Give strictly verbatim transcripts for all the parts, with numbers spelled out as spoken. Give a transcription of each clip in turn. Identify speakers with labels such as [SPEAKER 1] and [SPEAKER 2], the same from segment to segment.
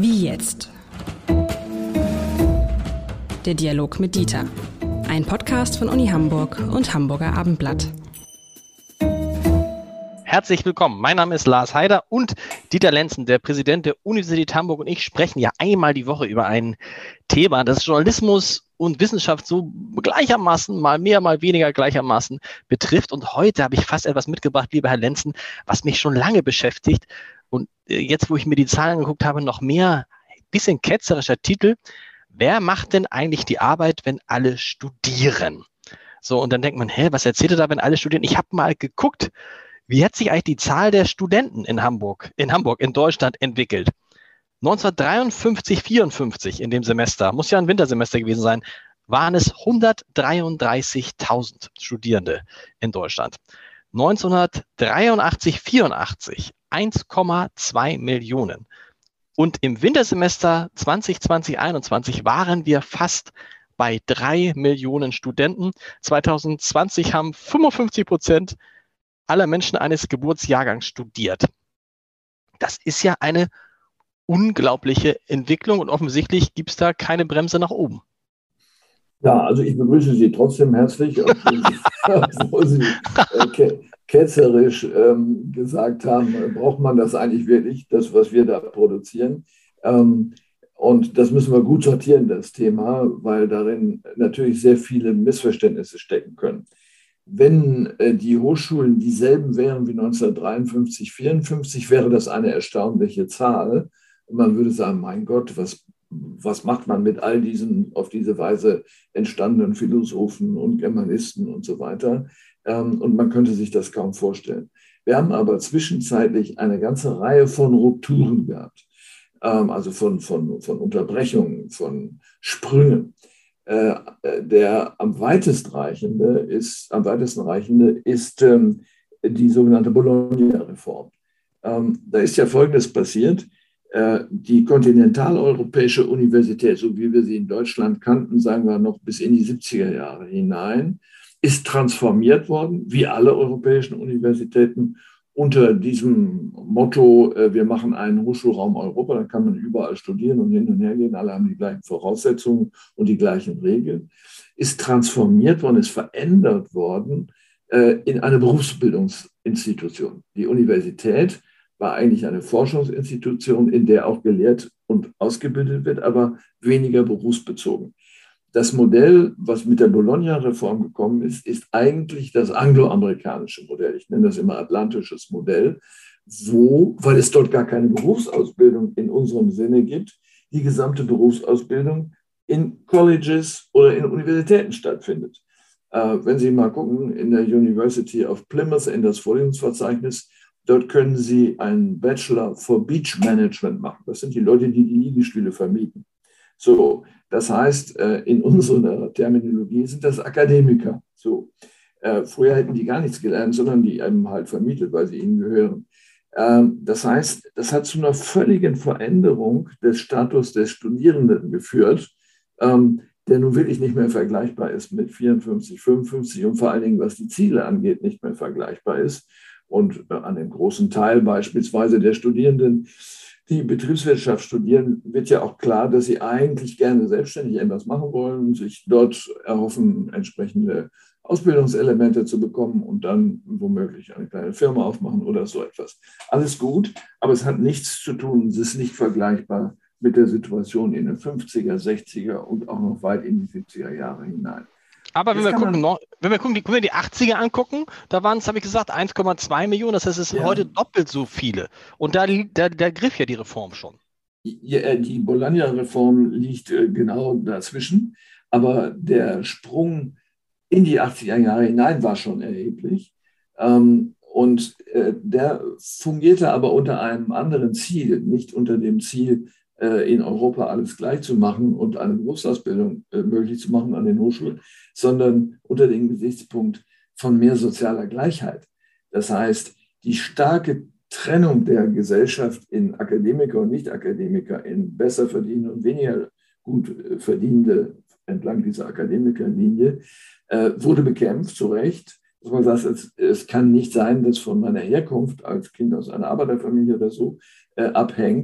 [SPEAKER 1] Wie jetzt? Der Dialog mit Dieter. Ein Podcast von Uni Hamburg und Hamburger Abendblatt.
[SPEAKER 2] Herzlich willkommen. Mein Name ist Lars Haider und Dieter Lenzen, der Präsident der Universität Hamburg, und ich sprechen ja einmal die Woche über ein Thema, das Journalismus und Wissenschaft so gleichermaßen, mal mehr, mal weniger gleichermaßen betrifft. Und heute habe ich fast etwas mitgebracht, lieber Herr Lenzen, was mich schon lange beschäftigt. Und jetzt, wo ich mir die Zahlen angeguckt habe, noch mehr, ein bisschen ketzerischer Titel. Wer macht denn eigentlich die Arbeit, wenn alle studieren? So, und dann denkt man, hä, was erzählt er da, wenn alle studieren? Ich habe mal geguckt, wie hat sich eigentlich die Zahl der Studenten in Hamburg, in Hamburg, in Deutschland entwickelt? neunzehnhundertdreiundfünfzig, vierundfünfzig in dem Semester, muss ja ein Wintersemester gewesen sein, waren es hundertdreiunddreißigtausend Studierende in Deutschland. neunzehnhundertdreiundachtzig, vierundachtzig eins Komma zwei Millionen. Und im Wintersemester zwanzig zwanzig, einundzwanzig waren wir fast bei drei Millionen Studenten. zwanzig zwanzig haben fünfundfünfzig Prozent aller Menschen eines Geburtsjahrgangs studiert. Das ist ja eine unglaubliche Entwicklung und offensichtlich gibt es da keine Bremse nach oben.
[SPEAKER 3] Ja, also ich begrüße Sie trotzdem herzlich, obwohl Sie äh, ketzerisch ähm, gesagt haben, braucht man das eigentlich wirklich, das, was wir da produzieren. Ähm, und das müssen wir gut sortieren, das Thema, weil darin natürlich sehr viele Missverständnisse stecken können. Wenn äh, die Hochschulen dieselben wären wie neunzehnhundertdreiundfünfzig, vierundfünfzig, wäre das eine erstaunliche Zahl. Und man würde sagen, mein Gott, was, was macht man mit all diesen auf diese Weise entstandenen Philosophen und Germanisten und so weiter? Ähm, und man könnte sich das kaum vorstellen. Wir haben aber zwischenzeitlich eine ganze Reihe von Rupturen gehabt, ähm, also von, von, von Unterbrechungen, von Sprüngen. Äh, der am weitest reichende ist, am weitesten reichende ist ähm, die sogenannte Bologna-Reform. Ähm, da ist ja Folgendes passiert. Äh, die kontinentaleuropäische Universität, so wie wir sie in Deutschland kannten, sagen wir noch bis in die siebziger Jahre hinein, ist transformiert worden, wie alle europäischen Universitäten, unter diesem Motto, äh, wir machen einen Hochschulraum Europa, da kann man überall studieren und hin und her gehen, alle haben die gleichen Voraussetzungen und die gleichen Regeln, ist transformiert worden, ist verändert worden äh, in eine Berufsbildungsinstitution. Die Universität war eigentlich eine Forschungsinstitution, in der auch gelehrt und ausgebildet wird, aber weniger berufsbezogen. Das Modell, was mit der Bologna-Reform gekommen ist, ist eigentlich das angloamerikanische Modell. Ich nenne das immer atlantisches Modell, wo, weil es dort gar keine Berufsausbildung in unserem Sinne gibt, die gesamte Berufsausbildung in Colleges oder in Universitäten stattfindet. Äh, wenn Sie mal gucken, in der University of Plymouth in das Vorlesungsverzeichnis, dort können Sie einen Bachelor for Beach Management machen. Das sind die Leute, die die Liegestühle vermieten. So, das heißt, in unserer Terminologie sind das Akademiker. So, früher hätten die gar nichts gelernt, sondern die einem halt vermittelt, weil sie ihnen gehören. Das heißt, das hat zu einer völligen Veränderung des Status des Studierenden geführt, der nun wirklich nicht mehr vergleichbar ist mit vierundfünfzig, fünfundfünfzig und vor allen Dingen, was die Ziele angeht, nicht mehr vergleichbar ist. Und an dem großen Teil beispielsweise der Studierenden, die Betriebswirtschaft studieren, wird ja auch klar, dass sie eigentlich gerne selbstständig etwas machen wollen, sich dort erhoffen, entsprechende Ausbildungselemente zu bekommen und dann womöglich eine kleine Firma aufmachen oder so etwas. Alles gut, aber es hat nichts zu tun, es ist nicht vergleichbar mit der Situation in den fünfziger, sechziger und auch noch weit in die siebziger Jahre hinein.
[SPEAKER 2] Aber wenn wir, gucken, noch, wenn wir gucken, die, wenn wir die achtziger angucken, da waren es, habe ich gesagt, eins Komma zwei Millionen, das heißt, es sind ja heute doppelt so viele. Und da, da, da griff ja die Reform schon.
[SPEAKER 3] Ja, die Bologna-Reform liegt äh, genau dazwischen, aber der Sprung in die achtziger Jahre hinein war schon erheblich. Ähm, und äh, der fungierte aber unter einem anderen Ziel, nicht unter dem Ziel, in Europa alles gleich zu machen und eine Berufsausbildung äh, möglich zu machen an den Hochschulen, sondern unter dem Gesichtspunkt von mehr sozialer Gleichheit. Das heißt, die starke Trennung der Gesellschaft in Akademiker und Nicht-Akademiker, in besser verdienende und weniger gut verdienende entlang dieser Akademikerlinie, äh, wurde bekämpft, zu Recht. Dass man sagt, es, es kann nicht sein, dass von meiner Herkunft als Kind aus einer Arbeiterfamilie oder so äh, abhängt,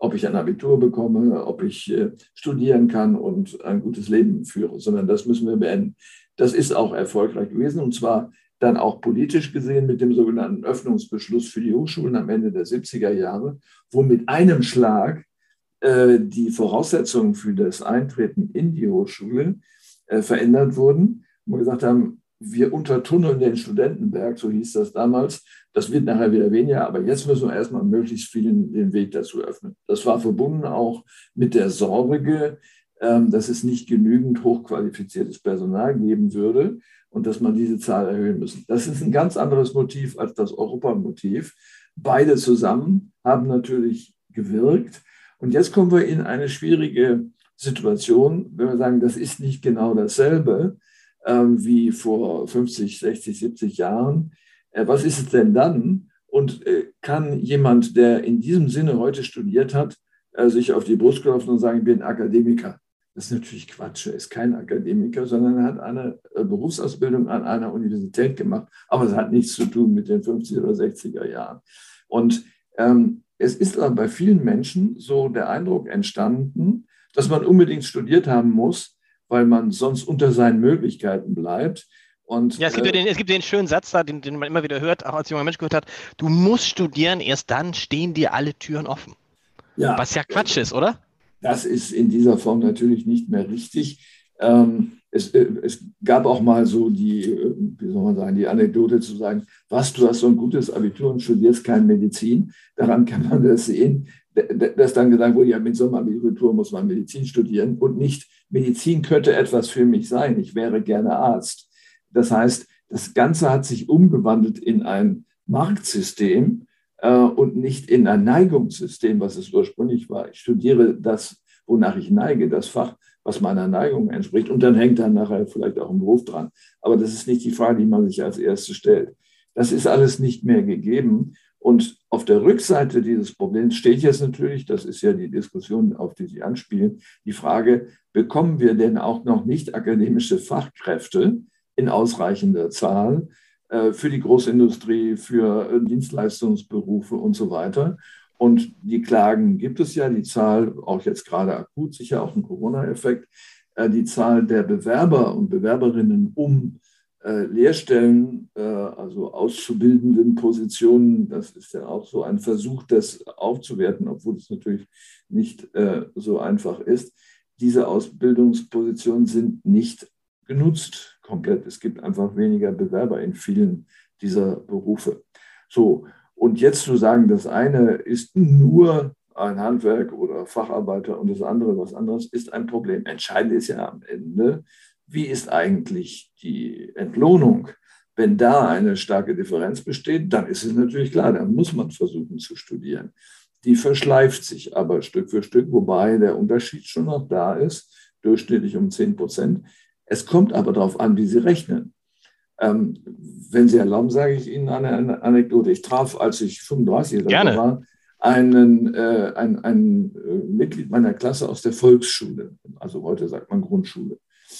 [SPEAKER 3] ob ich ein Abitur bekomme, ob ich äh, studieren kann und ein gutes Leben führe, sondern das müssen wir beenden. Das ist auch erfolgreich gewesen, und zwar dann auch politisch gesehen mit dem sogenannten Öffnungsbeschluss für die Hochschulen am Ende der siebziger Jahre, wo mit einem Schlag äh, die Voraussetzungen für das Eintreten in die Hochschule äh, verändert wurden. Und wir gesagt haben, wir untertunneln den Studentenberg, so hieß das damals. Das wird nachher wieder weniger, aber jetzt müssen wir erstmal möglichst vielen den Weg dazu öffnen. Das war verbunden auch mit der Sorge, ähm, dass es nicht genügend hochqualifiziertes Personal geben würde und dass man diese Zahl erhöhen müssen. Das ist ein ganz anderes Motiv als das Europamotiv. Beide zusammen haben natürlich gewirkt. Und jetzt kommen wir in eine schwierige Situation, wenn wir sagen, das ist nicht genau dasselbe ähm, wie vor fünfzig, sechzig, siebzig Jahren. Äh, was ist es denn dann? Und äh, kann jemand, der in diesem Sinne heute studiert hat, äh, sich auf die Brust klopfen und sagen, ich bin Akademiker? Das ist natürlich Quatsch. Er ist kein Akademiker, sondern er hat eine äh, Berufsausbildung an einer Universität gemacht. Aber es hat nichts zu tun mit den fünfziger oder sechziger Jahren. Und ähm, es ist aber bei vielen Menschen so der Eindruck entstanden, dass man unbedingt studiert haben muss, weil man sonst unter seinen Möglichkeiten bleibt. Und,
[SPEAKER 2] ja, es gibt, äh, ja den, es gibt den schönen Satz da, den, den man immer wieder hört, auch als junger Mensch gehört hat, du musst studieren, erst dann stehen dir alle Türen offen. Ja, was ja Quatsch ist, oder?
[SPEAKER 3] Das ist in dieser Form natürlich nicht mehr richtig. Ähm, es, äh, es gab auch mal so die, äh, wie soll man sagen, die Anekdote zu sagen, was, du hast so ein gutes Abitur und studierst keine Medizin. Daran kann man das sehen, dass dann gesagt wurde, ja, mit so einem Abitur muss man Medizin studieren und nicht, Medizin könnte etwas für mich sein, ich wäre gerne Arzt. Das heißt, das Ganze hat sich umgewandelt in ein Marktsystem äh, und nicht in ein Neigungssystem, was es ursprünglich war. Ich studiere das, wonach ich neige, das Fach, was meiner Neigung entspricht, und dann hängt dann nachher vielleicht auch ein Beruf dran. Aber das ist nicht die Frage, die man sich als Erste stellt. Das ist alles nicht mehr gegeben. Und auf der Rückseite dieses Problems steht jetzt natürlich, das ist ja die Diskussion, auf die Sie anspielen, die Frage, bekommen wir denn auch noch nicht akademische Fachkräfte in ausreichender Zahl äh, für die Großindustrie, für äh, Dienstleistungsberufe und so weiter? Und die Klagen gibt es ja, die Zahl, auch jetzt gerade akut, sicher auch ein Corona-Effekt, äh, die Zahl der Bewerber und Bewerberinnen um äh, Lehrstellen, äh, also auszubildenden Positionen, das ist ja auch so ein Versuch, das aufzuwerten, obwohl es natürlich nicht äh, so einfach ist. Diese Ausbildungspositionen sind nicht genutzt komplett. Es gibt einfach weniger Bewerber in vielen dieser Berufe. So. Und jetzt zu sagen, das eine ist nur ein Handwerk oder Facharbeiter und das andere was anderes, ist ein Problem. Entscheidend ist ja am Ende, wie ist eigentlich die Entlohnung? Wenn da eine starke Differenz besteht, dann ist es natürlich klar, dann muss man versuchen zu studieren. Die verschleift sich aber Stück für Stück, wobei der Unterschied schon noch da ist, durchschnittlich um zehn Prozent. Es kommt aber darauf an, wie Sie rechnen. Ähm, wenn Sie erlauben, sage ich Ihnen eine, eine Anekdote. Ich traf, als ich fünfunddreißig war, einen, äh, ein, ein äh, Mitglied meiner Klasse aus der Volksschule, also heute sagt man Grundschule.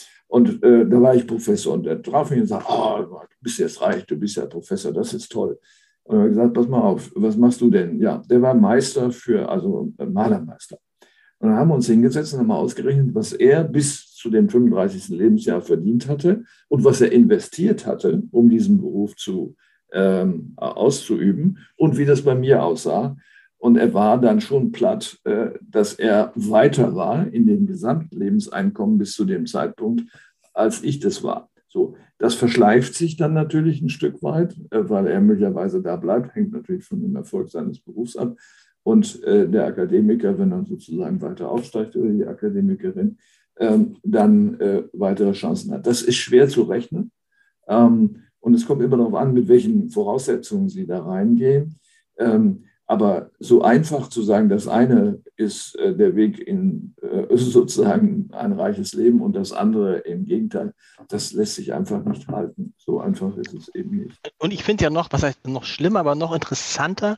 [SPEAKER 3] Und äh, da war ich Professor und er traf mich und sagte, oh, du bist jetzt reich, du bist ja Professor, das ist toll. Und er hat gesagt, pass mal auf, was machst du denn? Ja, der war Meister für, also Malermeister. Und dann haben wir uns hingesetzt und haben mal ausgerechnet, was er bis zu dem fünfunddreißigsten Lebensjahr verdient hatte und was er investiert hatte, um diesen Beruf zu, ähm, auszuüben und wie das bei mir aussah. Und er war dann schon platt, äh, dass er weiter war in dem Gesamtlebenseinkommen bis zu dem Zeitpunkt, als ich das war. So, das verschleift sich dann natürlich ein Stück weit, äh, weil er möglicherweise da bleibt, hängt natürlich von dem Erfolg seines Berufs ab. Und äh, der Akademiker, wenn er sozusagen weiter aufsteigt oder die Akademikerin, ähm, dann äh, weitere Chancen hat. Das ist schwer zu rechnen. Ähm, und es kommt immer darauf an, mit welchen Voraussetzungen Sie da reingehen. Ähm, aber so einfach zu sagen, das eine ist äh, der Weg in äh, sozusagen ein reiches Leben und das andere im Gegenteil, das lässt sich einfach nicht halten. So einfach ist es eben nicht.
[SPEAKER 2] Und ich finde ja noch, was heißt noch schlimmer, aber noch interessanter,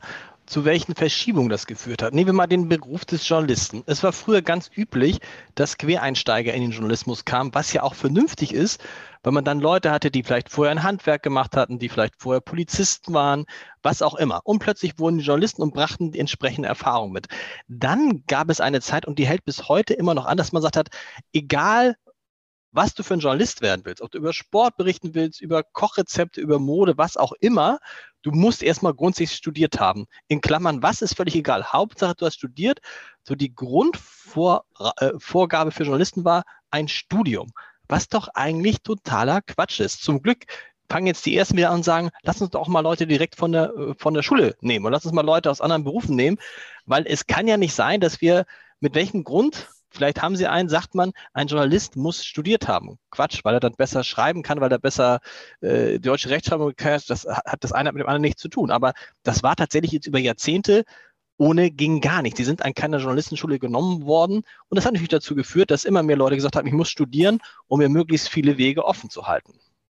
[SPEAKER 2] zu welchen Verschiebungen das geführt hat. Nehmen wir mal den Beruf des Journalisten. Es war früher ganz üblich, dass Quereinsteiger in den Journalismus kamen, was ja auch vernünftig ist, weil man dann Leute hatte, die vielleicht vorher ein Handwerk gemacht hatten, die vielleicht vorher Polizisten waren, was auch immer. Und plötzlich wurden die Journalisten und brachten die entsprechende Erfahrung mit. Dann gab es eine Zeit, und die hält bis heute immer noch an, dass man gesagt hat, egal was du für ein Journalist werden willst, ob du über Sport berichten willst, über Kochrezepte, über Mode, was auch immer, du musst erstmal grundsätzlich studiert haben. In Klammern, was ist völlig egal. Hauptsache, du hast studiert. So die Grundvorgabe für Journalisten war ein Studium, was doch eigentlich totaler Quatsch ist. Zum Glück fangen jetzt die Ersten wieder an und sagen, lass uns doch auch mal Leute direkt von der, von der Schule nehmen und lass uns mal Leute aus anderen Berufen nehmen, weil es kann ja nicht sein, dass wir mit welchem Grund, vielleicht haben Sie einen, sagt man, ein Journalist muss studiert haben. Quatsch, weil er dann besser schreiben kann, weil er besser äh, die deutsche Rechtschreibung kann. Das hat das eine mit dem anderen nichts zu tun. Aber das war tatsächlich jetzt über Jahrzehnte, ohne ging gar nicht. Sie sind an keiner Journalistenschule genommen worden. Und das hat natürlich dazu geführt, dass immer mehr Leute gesagt haben, ich muss studieren, um mir möglichst viele Wege offen zu halten.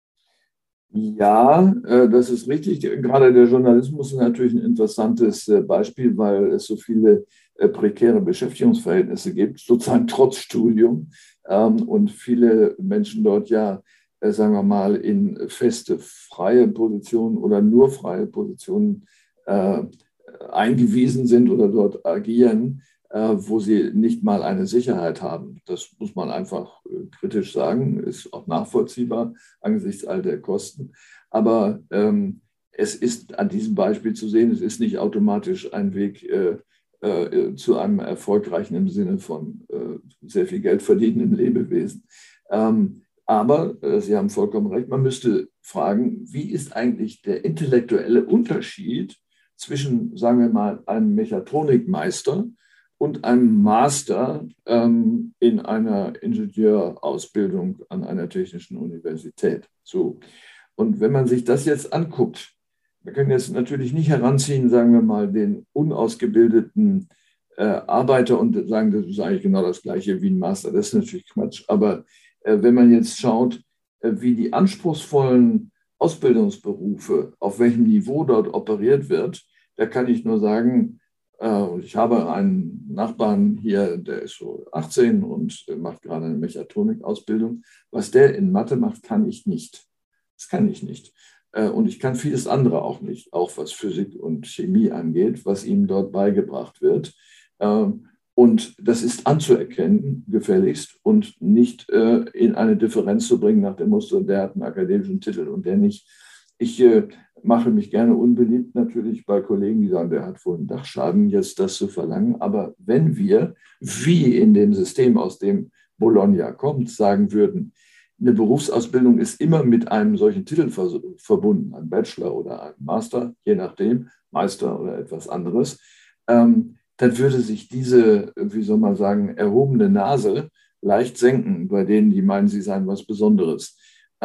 [SPEAKER 3] Ja, äh, das ist richtig. Gerade der Journalismus ist natürlich ein interessantes äh, Beispiel, weil es so viele äh, prekäre Beschäftigungsverhältnisse gibt, sozusagen trotz Studium. Ähm, und viele Menschen dort ja, äh, sagen wir mal, in feste, freie Positionen oder nur freie Positionen äh, eingewiesen sind oder dort agieren, äh, wo sie nicht mal eine Sicherheit haben. Das muss man einfach äh, kritisch sagen, ist auch nachvollziehbar angesichts all der Kosten. Aber ähm, es ist an diesem Beispiel zu sehen, es ist nicht automatisch ein Weg äh, äh, zu einem erfolgreichen im Sinne von äh, sehr viel Geld verdienenden Lebewesen. Ähm, aber äh, Sie haben vollkommen recht, man müsste fragen, wie ist eigentlich der intellektuelle Unterschied zwischen, sagen wir mal, einem Mechatronikmeister und einem Master ähm, in einer Ingenieurausbildung an einer technischen Universität. So. Und wenn man sich das jetzt anguckt, wir können jetzt natürlich nicht heranziehen, sagen wir mal, den unausgebildeten äh, Arbeiter und sagen, das ist eigentlich genau das Gleiche wie ein Master. Das ist natürlich Quatsch. Aber äh, wenn man jetzt schaut, äh, wie die anspruchsvollen Ausbildungsberufe, auf welchem Niveau dort operiert wird, da kann ich nur sagen, äh, ich habe einen Nachbarn hier, der ist so achtzehn und macht gerade eine Mechatronikausbildung. Was der in Mathe macht, kann ich nicht. Das kann ich nicht. Äh, und ich kann vieles andere auch nicht, auch was Physik und Chemie angeht, was ihm dort beigebracht wird. Äh, Und das ist anzuerkennen, gefälligst, und nicht äh, in eine Differenz zu bringen nach dem Muster, der hat einen akademischen Titel und der nicht. Ich äh, mache mich gerne unbeliebt natürlich bei Kollegen, die sagen, der hat wohl einen Dachschaden, jetzt das zu verlangen. Aber wenn wir, wie in dem System, aus dem Bologna kommt, sagen würden, eine Berufsausbildung ist immer mit einem solchen Titel verbunden, ein Bachelor oder ein Master, je nachdem, Meister oder etwas anderes, ähm, dann würde sich diese, wie soll man sagen, erhobene Nase leicht senken bei denen, die meinen, sie seien was Besonderes.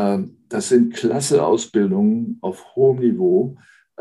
[SPEAKER 3] Das sind klasse Ausbildungen auf hohem Niveau,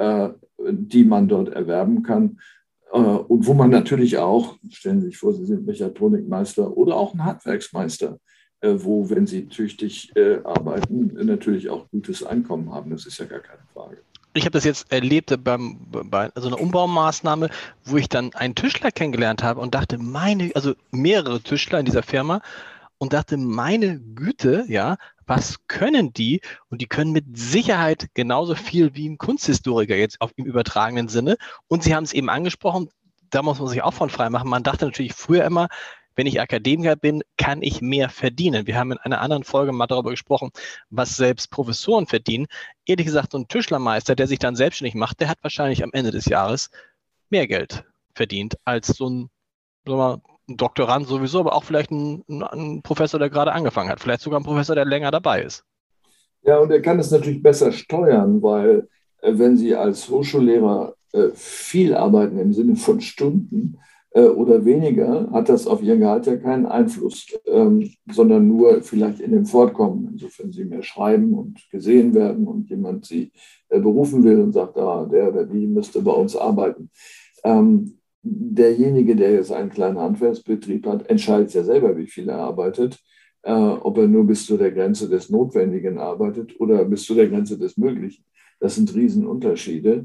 [SPEAKER 3] die man dort erwerben kann und wo man natürlich auch, stellen Sie sich vor, Sie sind Mechatronikmeister oder auch ein Handwerksmeister, wo, wenn Sie tüchtig arbeiten, natürlich auch gutes Einkommen haben. Das ist ja gar keine Frage.
[SPEAKER 2] Ich habe das jetzt erlebt beim, bei so einer Umbaumaßnahme, wo ich dann einen Tischler kennengelernt habe und dachte, meine, also mehrere Tischler in dieser Firma und dachte, meine Güte, ja, was können die? Und die können mit Sicherheit genauso viel wie ein Kunsthistoriker jetzt auf im übertragenen Sinne. Und Sie haben es eben angesprochen, da muss man sich auch von frei machen. Man dachte natürlich früher immer, wenn ich Akademiker bin, kann ich mehr verdienen. Wir haben in einer anderen Folge mal darüber gesprochen, was selbst Professoren verdienen. Ehrlich gesagt, so ein Tischlermeister, der sich dann selbstständig macht, der hat wahrscheinlich am Ende des Jahres mehr Geld verdient als so ein, sagen wir mal, ein Doktorand sowieso, aber auch vielleicht ein, ein Professor, der gerade angefangen hat. Vielleicht sogar ein Professor, der länger dabei ist.
[SPEAKER 3] Ja, und er kann es natürlich besser steuern, weil äh, wenn Sie als Hochschullehrer äh, viel arbeiten im Sinne von Stunden, oder weniger, hat das auf Ihr Gehalt ja keinen Einfluss, ähm, sondern nur vielleicht in dem Fortkommen. Insofern Sie mehr schreiben und gesehen werden und jemand Sie äh, berufen will und sagt, ah, der oder die müsste bei uns arbeiten. Ähm, derjenige, der jetzt einen kleinen Handwerksbetrieb hat, entscheidet ja selber, wie viel er arbeitet, äh, ob er nur bis zu der Grenze des Notwendigen arbeitet oder bis zu der Grenze des Möglichen. Das sind Riesenunterschiede.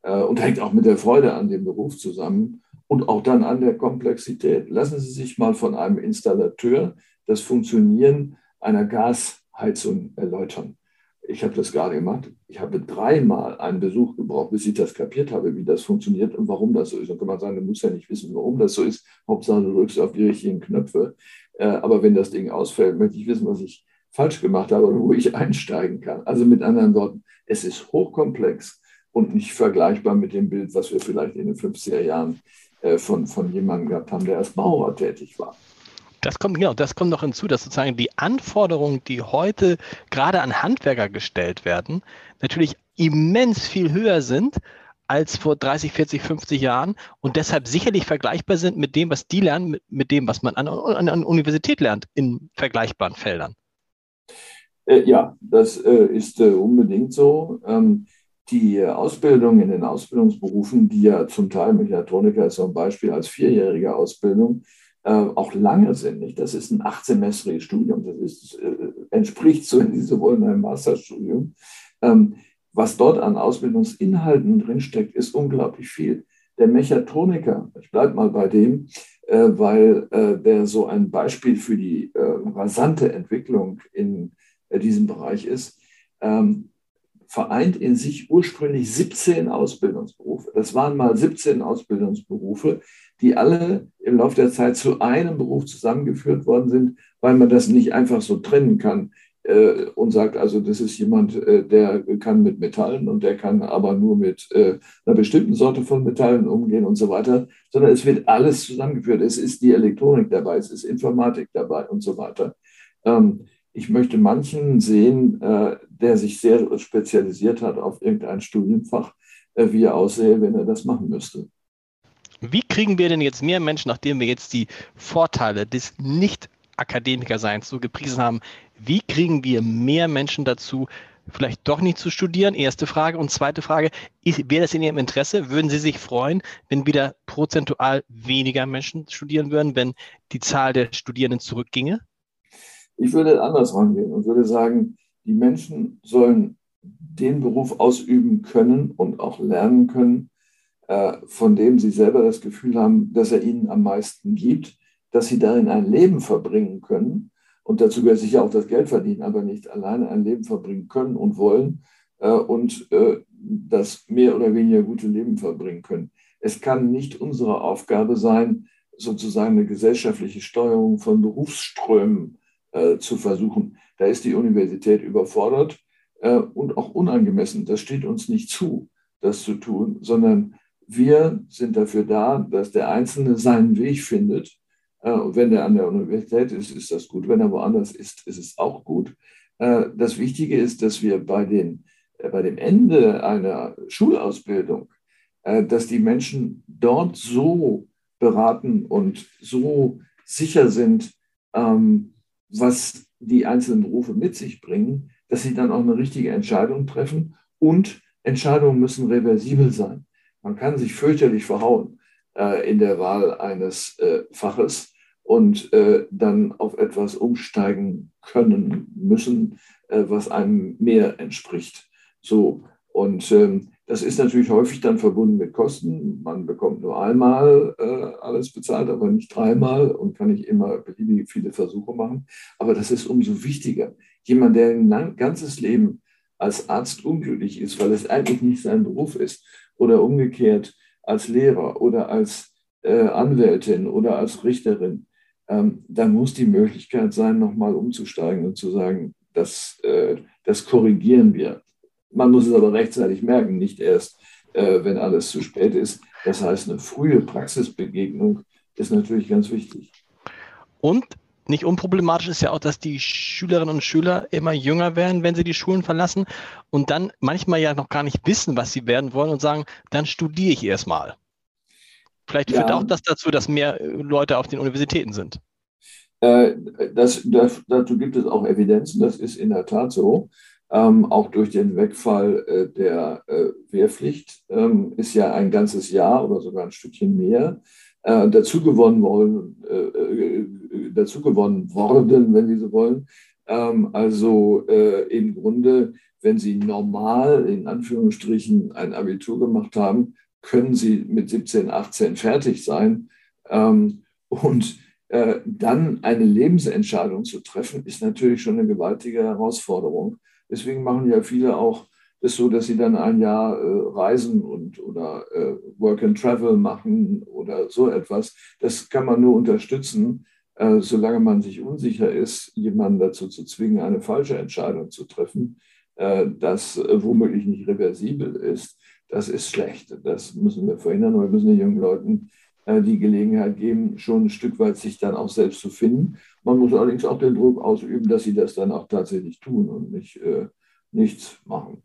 [SPEAKER 3] Und hängt auch mit der Freude an dem Beruf zusammen und auch dann an der Komplexität. Lassen Sie sich mal von einem Installateur das Funktionieren einer Gasheizung erläutern. Ich habe das gerade gemacht. Ich habe dreimal einen Besuch gebraucht, bis ich das kapiert habe, wie das funktioniert und warum das so ist. Und kann man sagen, du musst ja nicht wissen, warum das so ist. Hauptsache, du drückst auf die richtigen Knöpfe. Aber wenn das Ding ausfällt, möchte ich wissen, was ich falsch gemacht habe oder wo ich einsteigen kann. Also mit anderen Worten, es ist hochkomplex und nicht vergleichbar mit dem Bild, was wir vielleicht in den fünfziger Jahren von, von jemandem gehabt haben, der als Maurer tätig war.
[SPEAKER 2] Das kommt, genau, das kommt noch hinzu, dass sozusagen die Anforderungen, die heute gerade an Handwerker gestellt werden, natürlich immens viel höher sind als vor dreißig, vierzig, fünfzig Jahren und deshalb sicherlich vergleichbar sind mit dem, was die lernen, mit, mit dem, was man an, an, an Universität lernt in vergleichbaren Feldern.
[SPEAKER 3] Äh, ja, das äh, ist äh, unbedingt so. Ähm, die Ausbildung in den Ausbildungsberufen, die ja zum Teil, Mechatroniker ist so ein Beispiel als vierjährige Ausbildung, äh, auch lange sind. Nicht? Das ist ein achtsemestriges Studium. Das ist, äh, entspricht, so wenn Sie so wollen, einem Masterstudium. Ähm, was dort an Ausbildungsinhalten drinsteckt, ist unglaublich viel. Der Mechatroniker, ich bleibe mal bei dem, äh, weil äh, der so ein Beispiel für die äh, rasante Entwicklung in äh, diesem Bereich ist, ähm, vereint in sich ursprünglich siebzehn Ausbildungsberufe. Das waren mal siebzehn Ausbildungsberufe, die alle im Laufe der Zeit zu einem Beruf zusammengeführt worden sind, weil man das nicht einfach so trennen kann äh, und sagt, also das ist jemand, äh, der kann mit Metallen und der kann aber nur mit äh, einer bestimmten Sorte von Metallen umgehen und so weiter, sondern es wird alles zusammengeführt. Es ist die Elektronik dabei, es ist Informatik dabei und so weiter. Ähm, Ich möchte manchen sehen, äh, der sich sehr spezialisiert hat auf irgendein Studienfach, äh, wie er aussähe, wenn er das machen müsste.
[SPEAKER 2] Wie kriegen wir denn jetzt mehr Menschen, nachdem wir jetzt die Vorteile des Nicht-Akademikerseins so gepriesen haben, wie kriegen wir mehr Menschen dazu, vielleicht doch nicht zu studieren? Erste Frage. Und zweite Frage, wäre das in Ihrem Interesse? Würden Sie sich freuen, wenn wieder prozentual weniger Menschen studieren würden, wenn die Zahl der Studierenden zurückginge?
[SPEAKER 3] Ich würde anders rangehen und würde sagen, die Menschen sollen den Beruf ausüben können und auch lernen können, von dem sie selber das Gefühl haben, dass er ihnen am meisten gibt, dass sie darin ein Leben verbringen können. Und dazu gehört sicher auch das Geld verdienen, aber nicht alleine ein Leben verbringen können und wollen und das mehr oder weniger gute Leben verbringen können. Es kann nicht unsere Aufgabe sein, sozusagen eine gesellschaftliche Steuerung von Berufsströmen zu versuchen. Da ist die Universität überfordert und auch unangemessen. Das steht uns nicht zu, das zu tun, sondern wir sind dafür da, dass der Einzelne seinen Weg findet. Und wenn er an der Universität ist, ist das gut. Wenn er woanders ist, ist es auch gut. Das Wichtige ist, dass wir bei, den, bei dem Ende einer Schulausbildung, dass die Menschen dort so beraten und so sicher sind, was die einzelnen Berufe mit sich bringen, dass sie dann auch eine richtige Entscheidung treffen. Und Entscheidungen müssen reversibel sein. Man kann sich fürchterlich verhauen äh, in der Wahl eines äh, Faches und äh, dann auf etwas umsteigen können müssen, äh, was einem mehr entspricht. So. Und ähm, das ist natürlich häufig dann verbunden mit Kosten. Man bekommt nur einmal äh, alles bezahlt, aber nicht dreimal und kann nicht immer beliebig viele Versuche machen. Aber das ist umso wichtiger. Jemand, der ein ganzes Leben als Arzt unglücklich ist, weil es eigentlich nicht sein Beruf ist, oder umgekehrt als Lehrer oder als äh, Anwältin oder als Richterin, ähm, dann muss die Möglichkeit sein, nochmal umzusteigen und zu sagen, das, äh, das korrigieren wir. Man muss es aber rechtzeitig merken, nicht erst, äh, wenn alles zu spät ist. Das heißt, eine frühe Praxisbegegnung ist natürlich ganz wichtig.
[SPEAKER 2] Und nicht unproblematisch ist ja auch, dass die Schülerinnen und Schüler immer jünger werden, wenn sie die Schulen verlassen und dann manchmal ja noch gar nicht wissen, was sie werden wollen und sagen, dann studiere ich erstmal. Vielleicht führt
[SPEAKER 3] Ja,
[SPEAKER 2] auch das dazu, dass mehr Leute auf den Universitäten sind.
[SPEAKER 3] Äh, das, das, dazu gibt es auch Evidenzen, das ist in der Tat so. Ähm, auch durch den Wegfall äh, der äh, Wehrpflicht ähm, ist ja ein ganzes Jahr oder sogar ein Stückchen mehr äh, dazu gewonnen worden, äh, dazu gewonnen worden, wenn Sie so wollen. Ähm, also äh, im Grunde wenn Sie normal, in Anführungsstrichen, ein Abitur gemacht haben, können Sie mit siebzehn, achtzehn fertig sein. Ähm, und äh, dann eine Lebensentscheidung zu treffen, ist natürlich schon eine gewaltige Herausforderung. Deswegen machen ja viele auch es so, dass sie dann ein Jahr äh, reisen und oder äh, Work and Travel machen oder so etwas. Das kann man nur unterstützen, äh, solange man sich unsicher ist, jemanden dazu zu zwingen, eine falsche Entscheidung zu treffen, äh, das äh, womöglich nicht reversibel ist. Das ist schlecht. Das müssen wir verhindern. Wir müssen den jungen Leuten äh, die Gelegenheit geben, schon ein Stück weit sich dann auch selbst zu finden. Man muss allerdings auch den Druck ausüben, dass sie das dann auch tatsächlich tun und nicht äh, nichts machen.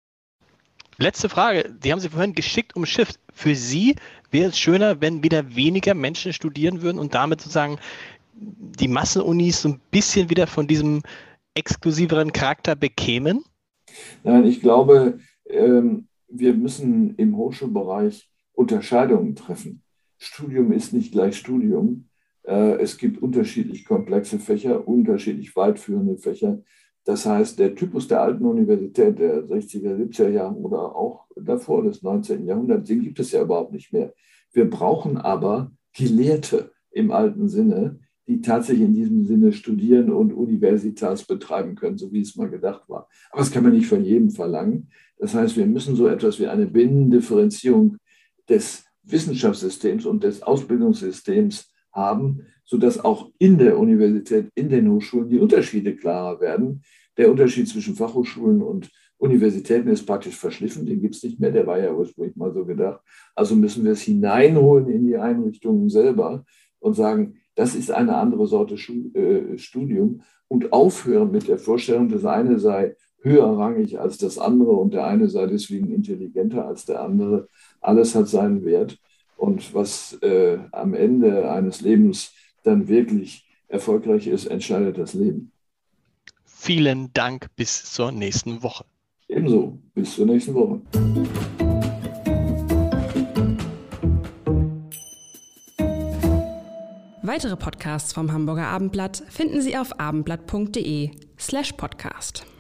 [SPEAKER 2] Letzte Frage, die haben Sie vorhin geschickt umschifft. Für Sie wäre es schöner, wenn wieder weniger Menschen studieren würden und damit sozusagen die Massenunis so ein bisschen wieder von diesem exklusiveren Charakter bekämen?
[SPEAKER 3] Nein, ich glaube, ähm, wir müssen im Hochschulbereich Unterscheidungen treffen. Studium ist nicht gleich Studium. Äh, es gibt unterschiedlich komplexe Fächer, unterschiedlich weitführende Fächer. Das heißt, der Typus der alten Universität der sechziger, siebziger Jahre oder auch davor des neunzehnten Jahrhunderts, den gibt es ja überhaupt nicht mehr. Wir brauchen aber Gelehrte im alten Sinne, die tatsächlich in diesem Sinne studieren und Universitas betreiben können, so wie es mal gedacht war. Aber das kann man nicht von jedem verlangen. Das heißt, wir müssen so etwas wie eine Binnendifferenzierung des Wissenschaftssystems und des Ausbildungssystems haben, sodass auch in der Universität, in den Hochschulen die Unterschiede klarer werden. Der Unterschied zwischen Fachhochschulen und Universitäten ist praktisch verschliffen, den gibt es nicht mehr, der war ja ursprünglich mal so gedacht. Also müssen wir es hineinholen in die Einrichtungen selber und sagen, das ist eine andere Sorte Studium und aufhören mit der Vorstellung, das eine sei höherrangig als das andere und der eine sei deswegen intelligenter als der andere. Alles hat seinen Wert. Und was äh, am Ende eines Lebens dann wirklich erfolgreich ist, entscheidet das Leben.
[SPEAKER 2] Vielen Dank, bis zur nächsten Woche.
[SPEAKER 3] Ebenso, bis zur nächsten Woche.
[SPEAKER 1] Weitere Podcasts vom Hamburger Abendblatt finden Sie auf abendblatt punkt de slash podcast.